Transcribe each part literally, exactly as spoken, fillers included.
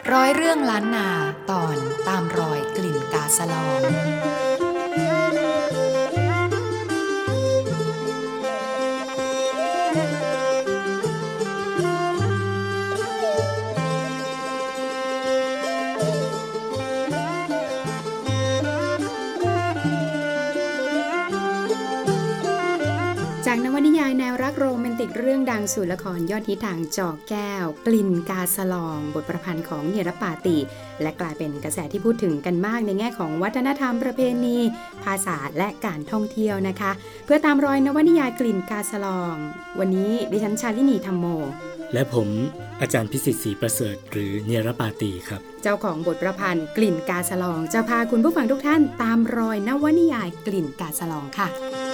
ร้อยเรื่องล้านนาตอนตามรอยกลิ่นกาสะลองจากนวนิยายแนวรักโรแมนติกเรื่องดังสู่ละครยอดฮิตทางจอแก้วกลิ่นกาสะลองบทประพันธ์ของเนียรปาติและกลายเป็นกระแสที่พูดถึงกันมากในแง่ของวัฒนธรรมประเพณีภาษาและการท่องเที่ยวนะคะเพื่อตามรอยนวนิยายกลิ่นกาสะลองวันนี้ดิฉันชาลินีธรรมโมและผมอาจารย์พิสิทธิ์ศรีประเสริฐหรือเนียรปาติครับเจ้าของบทประพันธ์กลิ่นกาสะลองจะพาคุณผู้ฟังทุกท่านตามรอยนวนิยายกลิ่นกาสะลองค่ะ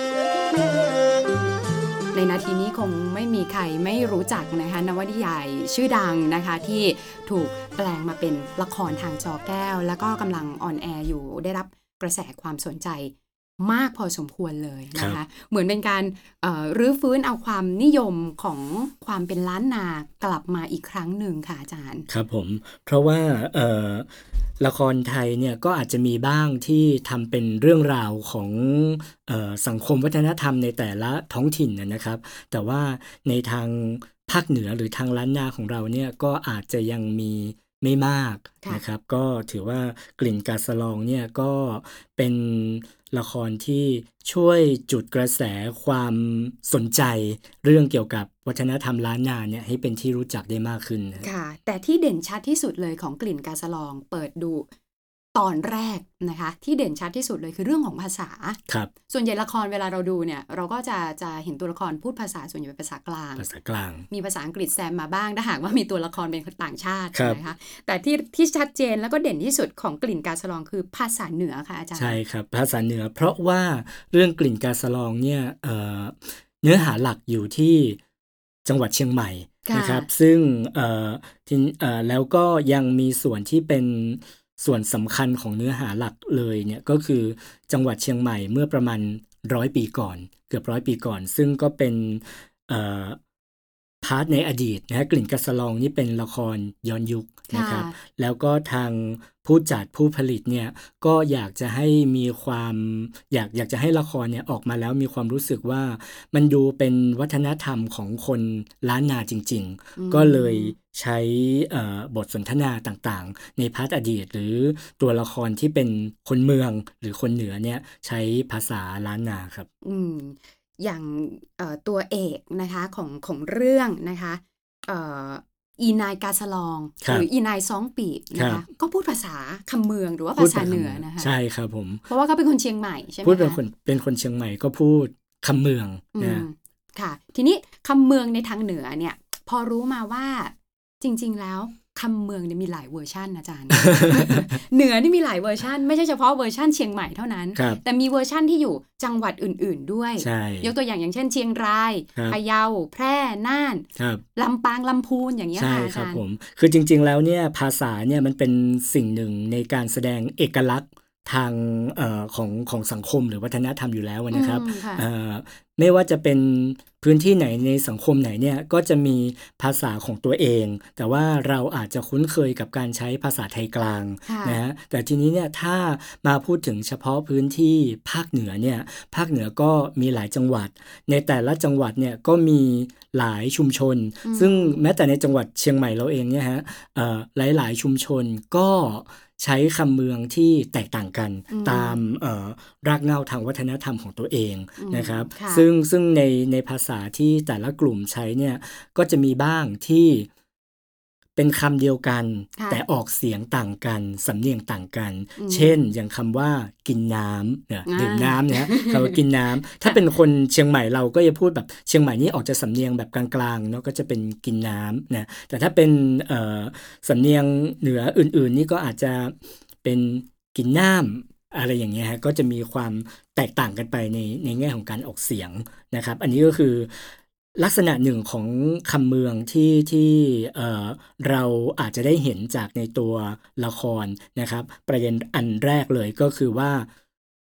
ในนาทีนี้คงไม่มีใครไม่รู้จักนะคะนวนิยายชื่อดังนะคะที่ถูกแปลงมาเป็นละครทางจอแก้วแล้วก็กำลังออนแอร์อยู่ได้รับกระแสความสนใจมากพอสมควรเลยนะคะเหมือนเป็นการรื้อฟื้นเอาความนิยมของความเป็นล้านนากลับมาอีกครั้งหนึ่งค่ะอาจารย์ครับผมเพราะว่าละครไทยเนี่ยก็อาจจะมีบ้างที่ทำเป็นเรื่องราวของเอ่อสังคมวัฒนธรรมในแต่ละท้องถิ่นนะครับแต่ว่าในทางภาคเหนือหรือทางล้านนาของเราเนี่ยก็อาจจะยังมีไม่มากนะครับก็ถือว่ากลิ่นกาสะลองเนี่ยก็เป็นละครที่ช่วยจุดกระแสความสนใจเรื่องเกี่ยวกับวัฒนธรรมล้านนาเนี่ยให้เป็นที่รู้จักได้มากขึ้นค่ะแต่ที่เด่นชัดที่สุดเลยของกลิ่นกาสะลองเปิดดูตอนแรกนะคะที่เด่นชัดที่สุดเลยคือเรื่องของภาษาครับส่วนใหญ่ละครเวลาเราดูเนี่ยเราก็จะจะเห็นตัวละครพูดภาษาส่วนใหญ่เป็นภาษากลางภาษากลางมีภาษาอังกฤษแซมมาบ้างถ้าหากว่ามีตัวละครเป็นต่างชาตินะคะแต่ที่ที่ชัดเจนแล้วก็เด่นที่สุดของกลิ่นกาสะลองคือภาษาเหนือค่ะอาจารย์ใช่ครับภาษาเหนือเพราะว่าเรื่องกลิ่นกาสะลองเนี่ยเอ่อเนื้อหาหลักอยู่ที่จังหวัดเชียงใหม่นะครับซึ่งเอ่อที่เอ่อแล้วก็ยังมีส่วนที่เป็นส่วนสำคัญของเนื้อหาหลักเลยเนี่ยก็คือจังหวัดเชียงใหม่เมื่อประมาณร้อยปีก่อนเกือบร้อยปีก่อนซึ่งก็เป็นเอ่อพาร์ทในอดีตนะฮะกลิ่นกาสะลองนี่เป็นละครย้อนยุคนะครับแล้วก็ทางผู้จัดผู้ผลิตเนี่ยก็อยากจะให้มีความอยากอยากจะให้ละครเนี่ยออกมาแล้วมีความรู้สึกว่ามันดูเป็นวัฒนธรรมของคนล้านนาจริงๆก็เลยใช้บทสนทนาต่างๆในพาร์ทอดีตหรือตัวละครที่เป็นคนเมืองหรือคนเหนือเนี่ยใช้ภาษาล้านนาครับอืมอย่างตัวเอกนะคะของของเรื่องนะคะอีนายกาสะลองหรืออีนายซ้องปีบนะคะก็พูดภาษาคำเมืองหรือว่าภาษาเหนือนะคะใช่ครับผมเพราะว่าเขาเป็นคนเชียงใหม่ใช่ไหมคะพูดเป็นคนเป็นคนเชียงใหม่ก็พูดคำเมืองนะค่ะทีนี้คำเมืองในทางเหนือเนี่ยพอรู้มาว่าจริงๆแล้วคำเมืองเนี่ยมีหลายเวอร์ชันอาจารย์ เหนือนี่มีหลายเวอร์ชันไม่ใช่เฉพาะเวอร์ชันเชียงใหม่เท่านั้นแต่มีเวอร์ชันที่อยู่จังหวัดอื่นๆด้วยยกตัวอย่างอย่างเช่นเชียงรายพะเยาแพร่น่านลำปางลำพูนอย่างเงี้ยค่ะอาจารย์ใช่ครับผมคือจริงๆแล้วเนี่ยภาษาเนี่ยมันเป็นสิ่งหนึ่งในการแสดงเอกลักษณ์ทางเอ่อของของสังคมหรือวัฒนธรรมอยู่แล้วนะครับเอ่อไม่ว่าจะเป็นพื้นที่ไหนในสังคมไหนเนี่ยก็จะมีภาษาของตัวเองแต่ว่าเราอาจจะคุ้นเคยกับการใช้ภาษาไทยกลางนะฮะแต่ทีนี้เนี่ยถ้ามาพูดถึงเฉพาะพื้นที่ภาคเหนือเนี่ยภาคเหนือก็มีหลายจังหวัดในแต่ละจังหวัดเนี่ยก็มีหลายชุมชนซึ่งแม้แต่ในจังหวัดเชียงใหม่เราเองเนี่ยฮะเอ่อหลายๆชุมชนก็ใช้คำเมืองที่แตกต่างกันตามรากเหง้าทางวัฒนธรรมของตัวเองนะครับซึ่งซึ่งในในภาษาที่แต่ละกลุ่มใช้เนี่ยก็จะมีบ้างที่เป็นคำเดียวกันแต่ออกเสียงต่างกันสำเนียงต่างกันเช่นอย่างคำว่ากินน้ำเนี่ยดื่มน้ำเนี่ยคำว่ากินน้ำถ้าเป็นคนเชียงใหม่เราก็จะพูดแบบเชียงใหม่นี่ออกจะสำเนียงแบบกลางๆเนาะก็จะเป็นกินน้ำนะแต่ถ้าเป็นสำเนียงเหนืออื่นๆนี่ก็อาจจะเป็นกินน้ำอะไรอย่างเงี้ยฮะก็จะมีความแตกต่างกันไปในในแง่ของการออกเสียงนะครับอันนี้ก็คือลักษณะหนึ่งของคำเมืองที่ที่เอ่อเราอาจจะได้เห็นจากในตัวละครนะครับประเด็นอันแรกเลยก็คือว่า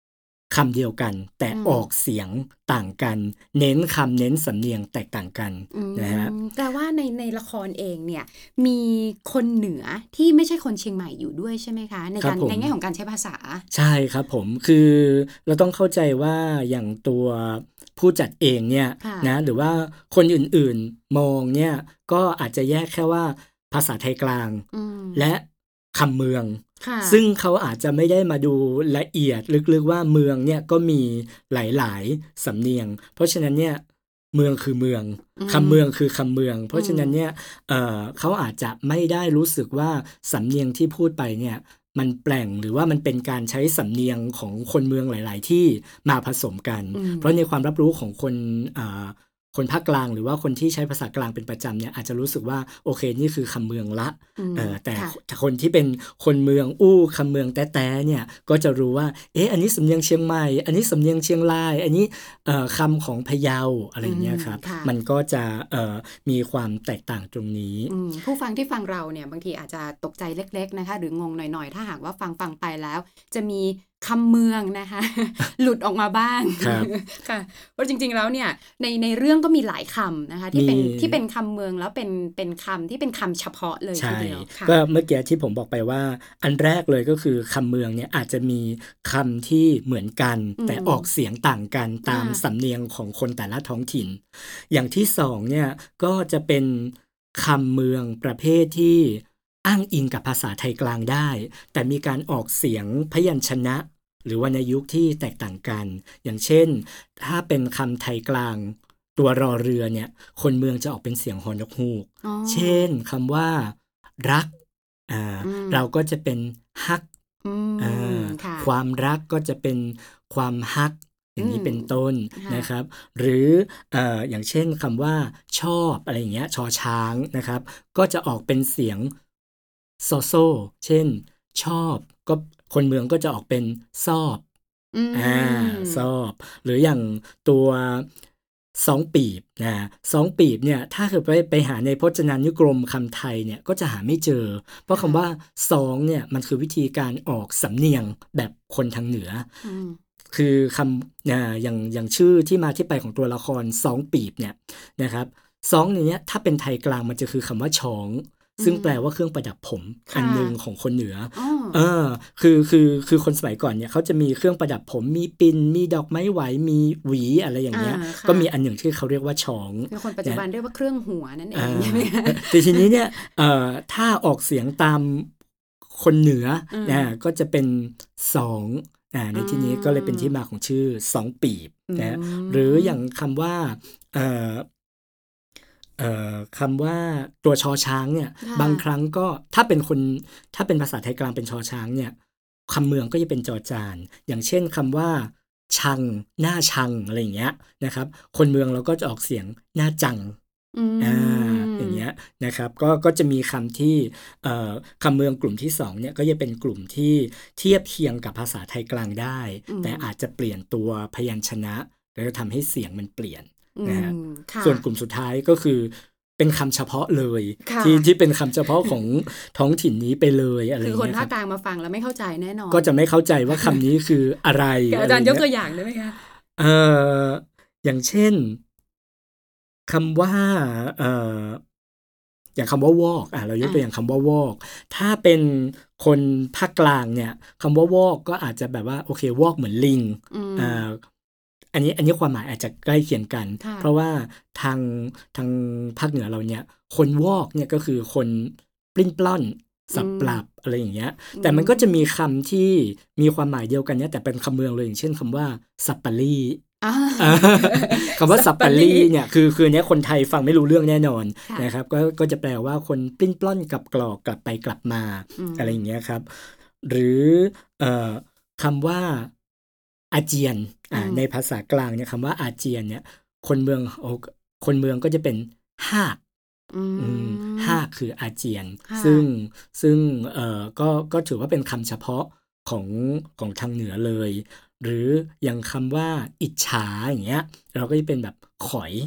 คำเดียวกันแต่อืมออกเสียงต่างกัน เน้นคำเน้นสำเนียงแตกต่างกันอืมนะฮะแปลว่าในในละครเองเนี่ยมีคนเหนือที่ไม่ใช่คนเชียงใหม่อยู่ด้วยใช่ไหมคะในครัการบผมในแง่ของการใช้ภาษาใช่ครับผมคือเราต้องเข้าใจว่าอย่างตัวผู้จัดเองเนี่ยค่ะนะหรือว่าคนอื่นๆมองเนี่ยก็อาจจะแยกแค่ว่าภาษาไทยกลางอืมและคำเมืองค่ะซึ่งเขาอาจจะไม่ได้มาดูละเอียดลึกๆว่าเมืองเนี่ยก็มีหลายๆสำเนียง เพราะฉะนั้นเนี่ยเมืองคือเมืองอืมคำเมืองคือคำเมือง เพราะฉะนั้นอืมเนี่ยเอ่อเขาอาจจะไม่ได้รู้สึกว่าสำเนียงที่พูดไปเนี่ยมันแปลงหรือว่ามันเป็นการใช้สำเนียงของคนเมืองหลาย ๆ ที่มาผสมกันอืมเพราะในความรับรู้ของคนอ่าคนภาคกลางหรือว่าคนที่ใช้ภาษากลางเป็นประจำเนี่ยอาจจะรู้สึกว่าโอเคนี่คือคำเมืองละอืมเออแต่ค่ะคนที่เป็นคนเมืองอู้คำเมืองแต้ๆเนี่ยก็จะรู้ว่าเอ๊ะอันนี้สำเนียงเชียงใหม่อันนี้สำเนียงเชียงราย อันนี้เอ่อคำของพะเยาอะไรอย่างเงี้ยครับอืมค่ะมันก็จะเอ่อมีความแตกต่างตรงนี้อืมผู้ฟังที่ฟังเราเนี่ยบางทีอาจจะตกใจเล็กๆนะคะหรืองงหน่อยๆ ถ้าหากว่าฟังฟังไปแล้ว จะมีคำเมืองนะคะ หลุดออกมาบ้างครับค่ะเพราะจริงๆแล้วเนี่ยในในเรื่องก็มีหลายคำนะคะที่เป็นมีที่เป็นคำเมืองแล้วเป็นเป็นคำที่เป็นคำเฉพาะเลยทีใช่เดียวค่ะก็เมื่อกี้ที่ผมบอกไปว่า อันแรกเลยก็คือคำเมืองเนี่ยอาจจะมีคำที่เหมือนกันอืมแต่ออกเสียงต่างกันตามอ่าสำเนียงของคนแต่ละท้องถิ่น อย่างที่สองเนี่ยก็จะเป็นคำเมืองประเภทที่อ้างอิงกับภาษาไทยกลางได้ แต่มีการออกเสียงพยัญชนะ หรือวรรณยุกต์ที่แตกต่างกัน อย่างเช่น ถ้าเป็นคำไทยกลาง ตัวรอเรือเนี่ยคนเมืองจะออกเป็นเสียงฮอนกฮูกอ๋อเช่นคำว่ารักอ่าอืมเราก็จะเป็นฮักอืมอ่าค่ะความรักก็จะเป็นความฮัก อย่างนี้อืมเป็นต้นค่ะนะครับ หรือเอ่ออย่างเช่นคำว่าชอบอะไรอย่างเงี้ยชอช้างนะครับ ก็จะออกเป็นเสียงโซโซ เช่น ชอบก็คนเมืองก็จะออกเป็นซอบอืมอ่าซอบ หรืออย่างตัวสองปีบนะสองปีบเนี่ยถ้าเกิดไปไปหาในพจนานุกรมคำไทยเนี่ยก็จะหาไม่เจอ เพราะคำว่าสองเนี่ยมันคือวิธีการออกสำเนียงแบบคนทางเหนืออืมคือคำอ่าอย่างอย่างชื่อที่มาที่ไปของตัวละครสองปีบเนี่ยนะครับสองในเนี้ยถ้าเป็นไทยกลางมันจะคือคำว่าช้อง ซึ่งแปลว่าเครื่องประดับผมค่ะอันหนึ่งของคนเหนืออ๋อเออคือคือคือคนสมัยก่อนเนี่ยเขาจะมีเครื่องประดับผมมีปิ่นมีดอกไม้ไหวมีหวีอะไรอย่างเงี้ยอ่าค่ะก็มีอันหนึ่งที่เขาเรียกว่าช้องคือคนปัจจุบันเรียกว่าเครื่องหัวนั่นเออ่างใช่ไหมคะแต่ทีนี้เนี่ยเอ่อถ้าออกเสียงตามคนเหนืออืมนะก็จะเป็นสองอ่าในที่นี้อืมก็เลยเป็นที่มาของชื่อสองปีบนะอืมหรืออย่างคำว่าเอ่อเอ่อคำว่าตัวชอช้างเนี่ยค่ะบางครั้งก็ถ้าเป็นคนถ้าเป็นภาษาไทยกลางเป็นชอช้างเนี่ยคำเมืองก็จะเป็นจอจาน อย่างเช่นคำว่า ชังหน้าชังอะไรอย่างเงี้ยนะครับ คนเมืองเราก็จะออกเสียงหน้าจังอืมอ่าอย่างเงี้ยนะครับก็ก็จะมีคำที่เอ่อคำเมืองกลุ่มที่สองเนี่ยก็จะเป็นกลุ่มที่เทียบเคียงกับภาษาไทยกลางได้อืมแต่อาจจะเปลี่ยนตัวพยัญชนะแล้วจะทำให้เสียงมันเปลี่ยน นะฮะอืมค่ะส่วนกลุ่มสุดท้ายก็คือเป็นคำเฉพาะเลยค่ะที่ที่เป็นคำเฉพาะของท้องถิ่นนี้ไปเลยอะไรคือคนเงี้ยภาคครับกลางมาฟังแล้วไม่เข้าใจแน่นอนก็จะไม่เข้าใจว่าคำนี้คืออะไรอาจารย์ะยไเงี้กตัวอย่างได้ไหมคะเอ่ออย่างเช่นคำว่าเอ่ออย่างคำว่าวอกอ่ะเรายกตัวอย่างคำว่าวอก ถ้าเป็นคนภาคกลางเนี่ยคำว่าวอกก็อาจจะแบบว่าโอเควอกเหมือนลิงอืมอ่าอันนี้อันนี้ความหมายอาจจะใกล้เคียงกันค่ะเพราะว่าทางทางภาคเหนือเราเนี่ยคนวอกเนี่ยก็คือคนปลิ้นปล้อนสับปรับอะไรอย่างเงี้ย แต่มันก็จะมีคำที่มีความหมายเดียวกันเนี่ยแต่เป็นคำเมืองเลยอย่างเช่นคำว่าสับปะรี่อ่าอ่า คำว่าสับปะสับปะรี่รี่เนี่ยคือคือเนี้ยคนไทยฟังไม่รู้เรื่องแน่นอนค่ะนะครับก็ก็จะแปลว่าคนปลิ้นปล้อนกลับกรอกกลับไปกลับมาอืมอะไรอย่างเงี้ยครับ หรือเอ่อคำว่าอาเจียนอ่าอืมในภาษากลางเนี่ยคำว่าอาเจียนเนี่ยคนเมืองโอ้คนเมืองก็จะเป็นหากอืมอืมหากคืออาเจียนค่ะซึ่งซึ่งเอ่อก็ก็ถือว่าเป็นคำเฉพาะของของทางเหนือเลย หรืออย่างคำว่าอิจฉาอย่างเงี้ยเราก็จะเป็นแบบขอย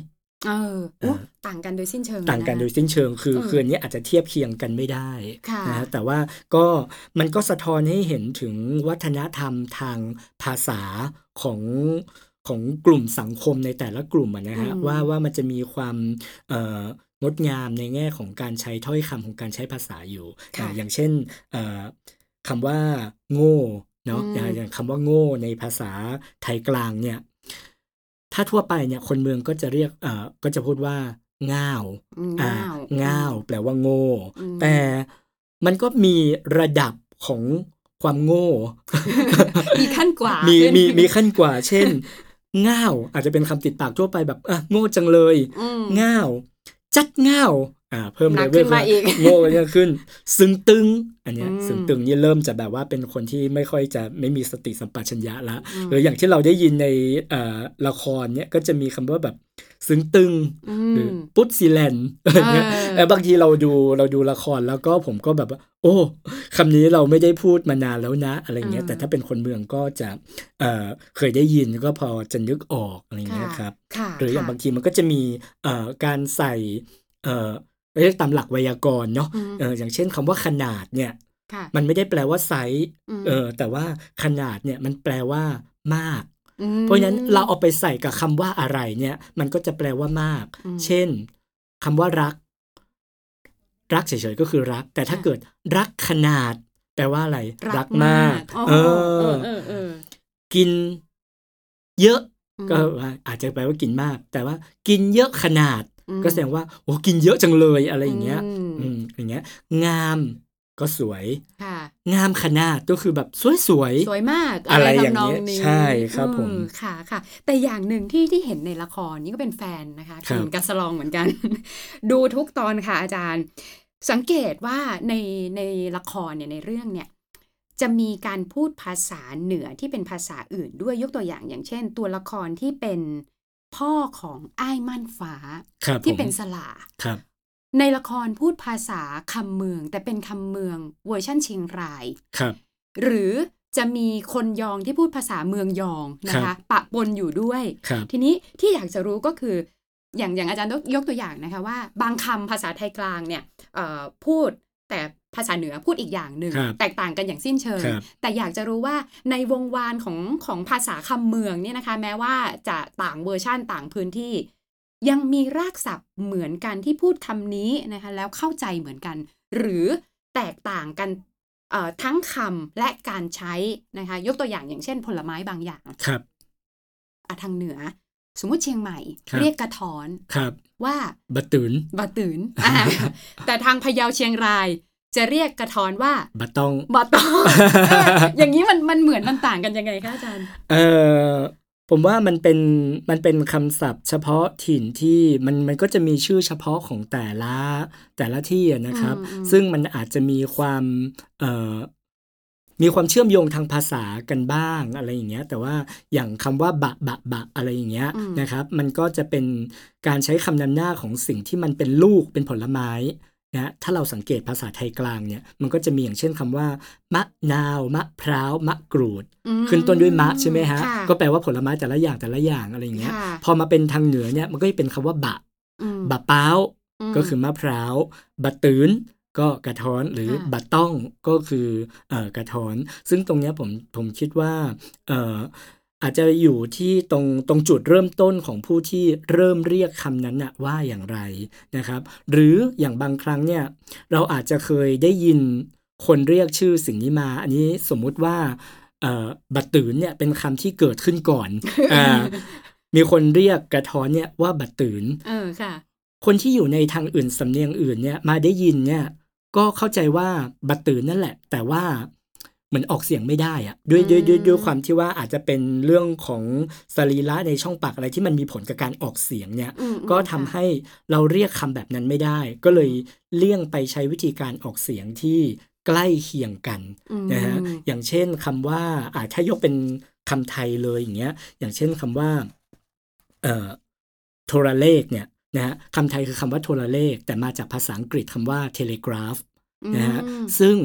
เอออุ๊ยต่างกันโดยสิ้นเชิงต่างกันนะคะโดยสิ้นเชิงคือเออคืออันนี้อาจจะเทียบเคียงกันไม่ได้ค่ะนะแต่ว่าก็มันก็สะท้อนให้เห็นถึงวัฒนธรรมทางภาษาของของกลุ่มสังคมในแต่ละกลุ่มอะนะฮะอืมว่าว่ามันจะมีความเอ่องดงามในแง่ของการใช้ถ้อยคำของการใช้ภาษาอยู่ค่ะอ่าอย่างเช่นเอ่อคำว่าโง่เนาะอืมอย่างอย่างคำว่าโง่ในภาษาไทยกลางเนี่ยถ้าทั่วไปเนี่ยคนเมืองก็จะเรียกเอ่อก็จะพูดว่าง่าวอืมอ่าง่าวง่าวแปลว่าโง่อืมแต่มันก็มีระดับของความโง่มีขั้นกว่ามีขึ้นมีมีขั้นกว่า เช่น ง่าวอาจจะเป็นคำติดปากทั่วไปแบบอ่ะโง่จังเลยอืมง่าว จัดง่าวอ่าเพิ่มหนัเลกเวขึ้ลนมาอีกโง่เนี่ยขึ้น ซึ้งตึงอันเนี้ยอืมซึ้งตึงนี่เริ่มจะแบบว่าเป็นคนที่ไม่ค่อยจะไม่มีสติสัมปชัญญะละอืมหรืออย่างที่เราได้ยินในเอ่อละครเนี่ยก็จะมีคำว่าแบบซึ้งตึงอืหรือมปุ๊ดซีแลนด์อะไรเงี้ยเออแล้วบางทีเราดูเราดูละครแล้วก็ผมก็แบบว่าโอ้คำนี้เราไม่ได้พูดมานานแล้วนะอะไรเงี้ยอืมแต่ถ้าเป็นคนเมืองก็จะเอ่อเคยได้ยินก็พอจะนึกออกอะไรเงี้ยครับค่ะหรืออย่างค่ะบางทีมันก็จะมีเอ่อการใส่เอ่อเรียกตามหลักไวยากรณ์เนาะอืมเอออย่างเช่นคำว่าขนาดเนี่ยค่ะมันไม่ได้แปลว่าไซส์อืมเออแต่ว่าขนาดเนี่ยมันแปลว่ามากอืมเพราะฉะนั้นเราเอาไปใส่กับคำว่าอะไรเนี่ยมันก็จะแปลว่ามากอืมเช่นคำว่ารัก รักเฉยๆก็คือรัก แต่ถ้าค่ะเกิดรักขนาด แปลว่าอะไรรักมากเอเอออเออเออกินเยอะอืมก็ว่าอาจจะแปลว่ากินมาก แต่ว่ากินเยอะขนาดอืมก็แสดงว่าโอ้กินเยอะจังเลยอะไรอย่างเงี้ยอืมอืมอย่างเงี้ย งามก็สวยค่ะงามขนาดก็คือแบบสวยสวยมากอะไรทำอย่างนเงี้ยนี้ใช่ครับผมเออค่ะค่ะ แต่อย่างหนึ่งที่ที่เห็นในละครนี่ก็เป็นแฟนนะคะครับกินกัสลองเหมือนกัน ดูทุกตอนค่ะอาจารย์ สังเกตว่าในในละครเนี่ยในเรื่องเนี่ย จะมีการพูดภาษาเหนือที่เป็นภาษาอื่นด้วยยกตัวอย่างอย่างเช่น ตัวละครที่เป็นพ่อของอ้ายมั่นฟ้าครับที่ผมเป็นสลาครับในละครพูดภาษาคำเมือง แต่เป็นคำเมืองเวอร์ชั่นเชียงรายครับหรือจะมีคนยองที่พูดภาษาเมืองยองนะครัคะบปะปนอยู่ด้วยครับทีนี้ที่อยากจะรู้ก็คือ อย่างอย่างอาจารย์ยกตัวอย่างนะคะว่า บางคำภาษาไทยกลางเนี่ยเอ่อพูดแต่ภาษาเหนือพูดอีกอย่างหนึ่งครับแตกต่างกันอย่างสิ้นเชิงครับแต่อยากจะรู้ว่าในวงวานของของภาษาคำเมืองเนี่ยนะคะ แม้ว่าจะต่างเวอร์ชั่นต่างพื้นที่ ยังมีรากศัพท์เหมือนกันที่พูดคำนี้นะคะแล้วเข้าใจเหมือนกัน หรือแตกต่างกันเอ่อทั้งคำและการใช้นะคะยกตัวอย่างอย่างเช่นผลไม้บางอย่างครับอ่ะทางเหนือ สมมุติเชียงใหม่ครับเรียกกระท้อนครับว่าบะตืนบะตืนอ่า แต่ทางพะเยาเชียงรายจะเรียกกระท้อนว่าบะต้องบะตอง เอออย่างนี้มันมันเหมือนมันต่างกันยังไงคะอาจารย์เออผมว่ามันเป็นมันเป็นคำศัพท์เฉพาะถิ่นที่มันมันก็จะมีชื่อเฉพาะของแต่ละแต่ละที่อะนะครับอืมอืมซึ่งมันอาจจะมีความเอ่อมีความเชื่อมโยงทางภาษากันบ้างอะไรอย่างเงี้ยแต่ว่าอย่างคำว่าบะบะบะอะไรอย่างเงี้ยนะครับมันก็จะเป็นการใช้คำนำหน้าของสิ่งที่มันเป็นลูกเป็นผลไม้นะถ้าเราสังเกตภาษาไทยกลางเนี่ยมันก็จะมีอย่างเช่นคำว่ามะนาวมะพร้าวมะกรูดอืมขึ้นต้นด้วยมะใช่ไหมฮะค่ก็แปลว่าผลไม้แต่ละอย่างแต่ละอย่างอะไรอย่างเงี้ยค่ะพอมาเป็นทางเหนือเนี่ยมันก็จะเป็นคำว่าบะอืมบะป้าวมก็คือมะพร้าวบะตืนก็กระท้อนหรือค่ะบะต้องก็คือเอ่อกระท้อน ซึ่งตรงเนี้ยผมผมคิดว่าเอ่ออาจจะอยู่ที่ตรงตรงจุดเริ่มต้นของผู้ที่เริ่มเรียกคำนั้นน่ะว่าอย่างไรนะครับ หรืออย่างบางครั้งเนี่ยเราอาจจะเคยได้ยินคนเรียกชื่อสิ่งนี้มา อันนี้สมมุติว่าเอ่อบะตืนเนี่ยเป็นคำที่เกิดขึ้นก่อน อ่ามีคนเรียกกระท้อนเนี่ยว่าบะตืนเออค่ะคนที่อยู่ในทางอื่นสำเนียงอื่นเนี่ยมาได้ยินเนี่ยก็เข้าใจว่าบัตตืนนั่นแหละ แต่ว่าเหมือนออกเสียงไม่ได้อะด้วยด้วยด้วยด้วยความที่ว่าอาจจะเป็นเรื่องของสรีระในช่องปากอะไรที่มันมีผลกับการออกเสียงเนี่ยอืมก็อืมทำค่ะให้เราเรียกคำแบบนั้นไม่ได้ ก็เลยเลี่ยงไปใช้วิธีการออกเสียงที่ใกล้เคียงกันอืมนะฮะอย่างเช่นคำว่าอ่าถ้ายกเป็นคำไทยเลยอย่างเงี้ยอย่างเช่นคำว่าเอ่อโทรเลขเนี่ยนะฮะคำไทยคือคำว่าโทรเลขแต่มาจากภาษาอังกฤษคำว่า telegraph นะฮะอืมซึ่ง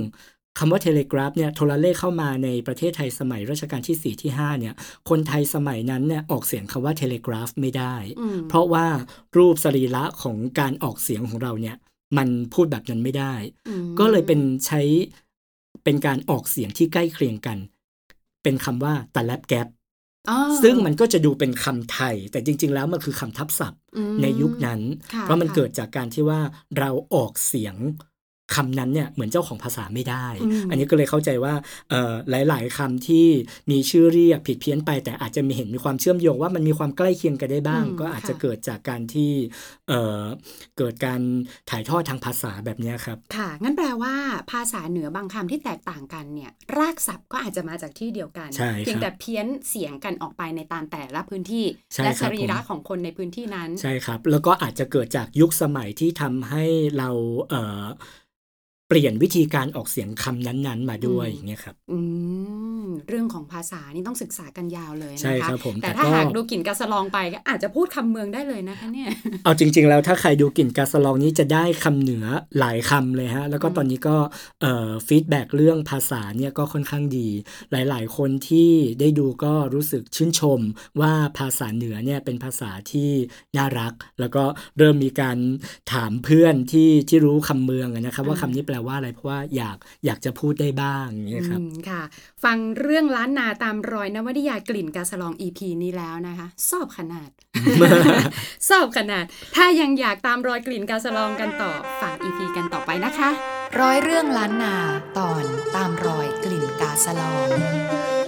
คำว่าเทเลกราฟเนี่ยโทรเลขเข้ามาในประเทศไทยสมัยรัชกาลที่สี่ที่ห้าเนี่ยคนไทยสมัยนั้นเนี่ยออกเสียงคำว่าเทเลกราฟไม่ได้เพราะว่ารูปสรีระของการออกเสียงของเราเนี่ยมันพูดแบบนั้นไม่ได้ก็เลยเป็นใช้เป็นการออกเสียงที่ใกล้เคียงกันเป็นคำว่าตะแลบแก๊บซึ่งมันก็จะดูเป็นคำไทยแต่จริงๆแล้วมันคือคำทับศัพท์ในยุคนั้นเพราะมันเกิดจากการที่ว่าเราออกเสียงคำนั้นเนี่ยเหมือนเจ้าของภาษาไม่ได้ อ, อันนี้ก็เลยเข้าใจว่าหลายๆคำที่มีชื่อเรียกผิดเพี้ยนไปแต่อาจจะมีเห็นมีความเชื่อมโยงว่ามันมีความใกล้เคียงกันได้บ้างก็อาจจะเกิดจากการที่เ, เกิดการถ่ายทอดทางภาษาแบบนี้ครับค่ะงั้นแปลว่าภาษาเหนือบางคำที่แตกต่างกันเนี่ยรากศัพท์ก็อาจจะมาจากที่เดียวกันเพียงแต่เพี้ยนเสียงกันออกไปในตามแต่ละพื้นที่และสรีระของคนในพื้นที่นั้นใช่ครับแล้วก็อาจจะเกิดจากยุคสมัยที่ทำให้เราเอ่อเปลี่ยนวิธีการออกเสียงคำนั้นๆมาด้วยอย่างเงี้ยครับอืมเรื่องของภาษานี่ต้องศึกษากันยาวเลยนะคะใช่ครับผมแต่ถ้าหากดูกลิ่นกาสะลองไปก็อาจจะพูดคำเมืองได้เลยนะคะเนี่ยเอาจริงๆแล้วถ้าใครดูกลิ่นกาสะลองนี้จะได้คำเหนือหลายคำเลยฮะแล้วก็ตอนนี้ก็เอ่อฟีดแบ็กเรื่องภาษาเนี่ยก็ค่อนข้างดีหลายๆคนที่ได้ดูก็รู้สึกชื่นชมว่าภาษาเหนือเนี่ยเป็นภาษาที่น่ารักแล้วก็เริ่มมีการถามเพื่อนที่ที่รู้คำเมืองนะครับว่าคำนี้แปลว่าอะไรเพราะว่าอยากอยากจะพูดได้บ้างอย่างนี้ครับค่ะฟังเรื่องล้านนาตามรอยนวนิยายกลิ่นกาสะลอง อี พี นี้แล้วนะคะชอบขนาด ชอบขนาดถ้ายังอยากตามรอยกลิ่นกาสะลองกันต่อฟัง อี พี กันต่อไปนะคะร้อยเรื่องล้านนาตอนตามรอยกลิ่นกาสะลอง